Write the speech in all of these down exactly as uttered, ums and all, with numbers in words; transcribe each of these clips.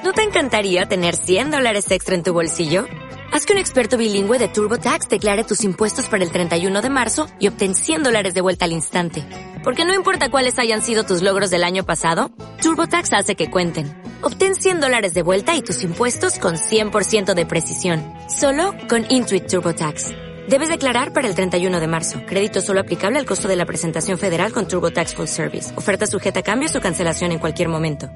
¿No te encantaría tener cien dólares extra en tu bolsillo? Haz que un experto bilingüe de TurboTax declare tus impuestos para el treinta y uno de marzo y obtén cien dólares de vuelta al instante. Porque no importa cuáles hayan sido tus logros del año pasado, TurboTax hace que cuenten. Obtén cien dólares de vuelta y tus impuestos con cien por ciento de precisión. Solo con Intuit TurboTax. Debes declarar para el treinta y uno de marzo. Crédito solo aplicable al costo de la presentación federal con TurboTax Full Service. Oferta sujeta a cambios o cancelación en cualquier momento.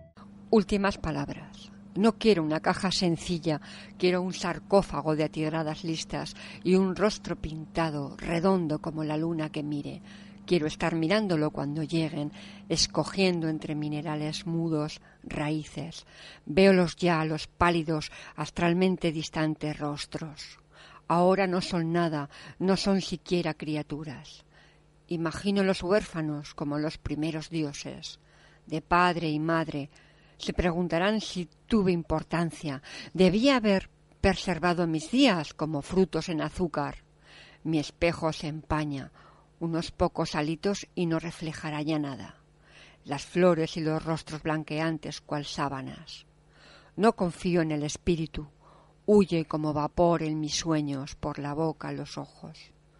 Últimas palabras. No quiero una caja sencilla, quiero un sarcófago de atigradas listas y un rostro pintado, redondo como la luna que mire. Quiero estar mirándolo cuando lleguen, escogiendo entre minerales mudos, raíces. Véolos ya, los pálidos, astralmente distantes rostros. Ahora no son nada, no son siquiera criaturas. Imagino los huérfanos como los primeros dioses, de padre y madre. Se preguntarán si tuve importancia. Debía haber preservado mis días como frutos en azúcar. Mi espejo se empaña, unos pocos halitos y no reflejará ya nada. Las flores y los rostros blanqueantes cual sábanas. No confío en el espíritu. Huye como vapor en mis sueños por la boca, los ojos.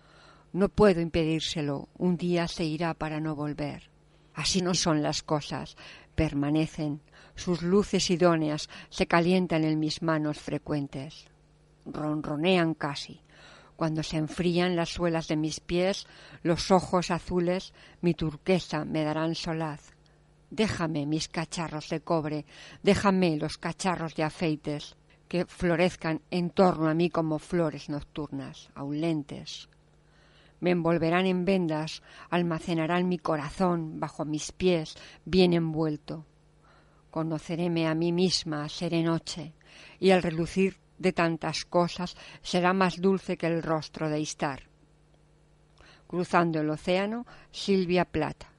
No puedo impedírselo. Un día se irá para no volver. Así no son las cosas. Permanecen. Sus luces idóneas se calientan en mis manos frecuentes. Ronronean casi. Cuando se enfrían las suelas de mis pies, los ojos azules, mi turquesa, me darán solaz. Déjame mis cacharros de cobre, déjame los cacharros de afeites, que florezcan en torno a mí como flores nocturnas, aulentes. Me envolverán en vendas, almacenarán mi corazón bajo mis pies, bien envuelto. Conoceréme a mí misma, seré noche, y el relucir de tantas cosas será más dulce que el rostro de Istar. Cruzando el océano, Silvia Plath.